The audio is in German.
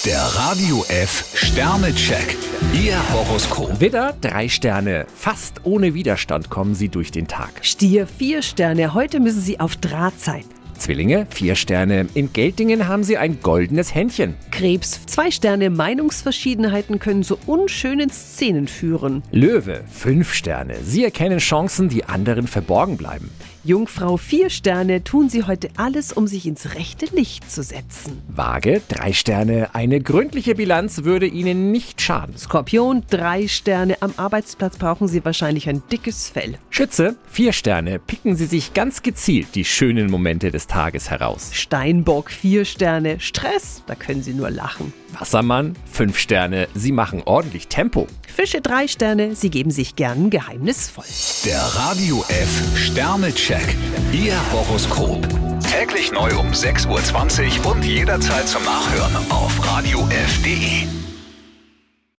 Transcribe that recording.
Der Radio F Sternecheck. Ihr Horoskop. Widder, 3 Sterne. Fast ohne Widerstand kommen Sie durch den Tag. Stier, 4 Sterne. Heute müssen Sie auf Draht sein. Zwillinge, 4 Sterne. In Geltingen haben Sie ein goldenes Händchen. Krebs, 2 Sterne. Meinungsverschiedenheiten können zu unschönen Szenen führen. Löwe, 5 Sterne. Sie erkennen Chancen, die anderen verborgen bleiben. Jungfrau, 4 Sterne. Tun Sie heute alles, um sich ins rechte Licht zu setzen. Waage, 3 Sterne. Eine gründliche Bilanz würde Ihnen nicht schaden. Skorpion, 3 Sterne. Am Arbeitsplatz brauchen Sie wahrscheinlich ein dickes Fell. Schütze, 4 Sterne. Picken Sie sich ganz gezielt die schönen Momente des Tages heraus. Steinbock, 4 Sterne. Stress, da können Sie nur lachen. Wassermann, 5 Sterne. Sie machen ordentlich Tempo. Fische, 3 Sterne. Sie geben sich gern geheimnisvoll. Der Radio F Sternecheck. Ihr Horoskop. Täglich neu um 6:20 Uhr und jederzeit zum Nachhören auf radiof.de.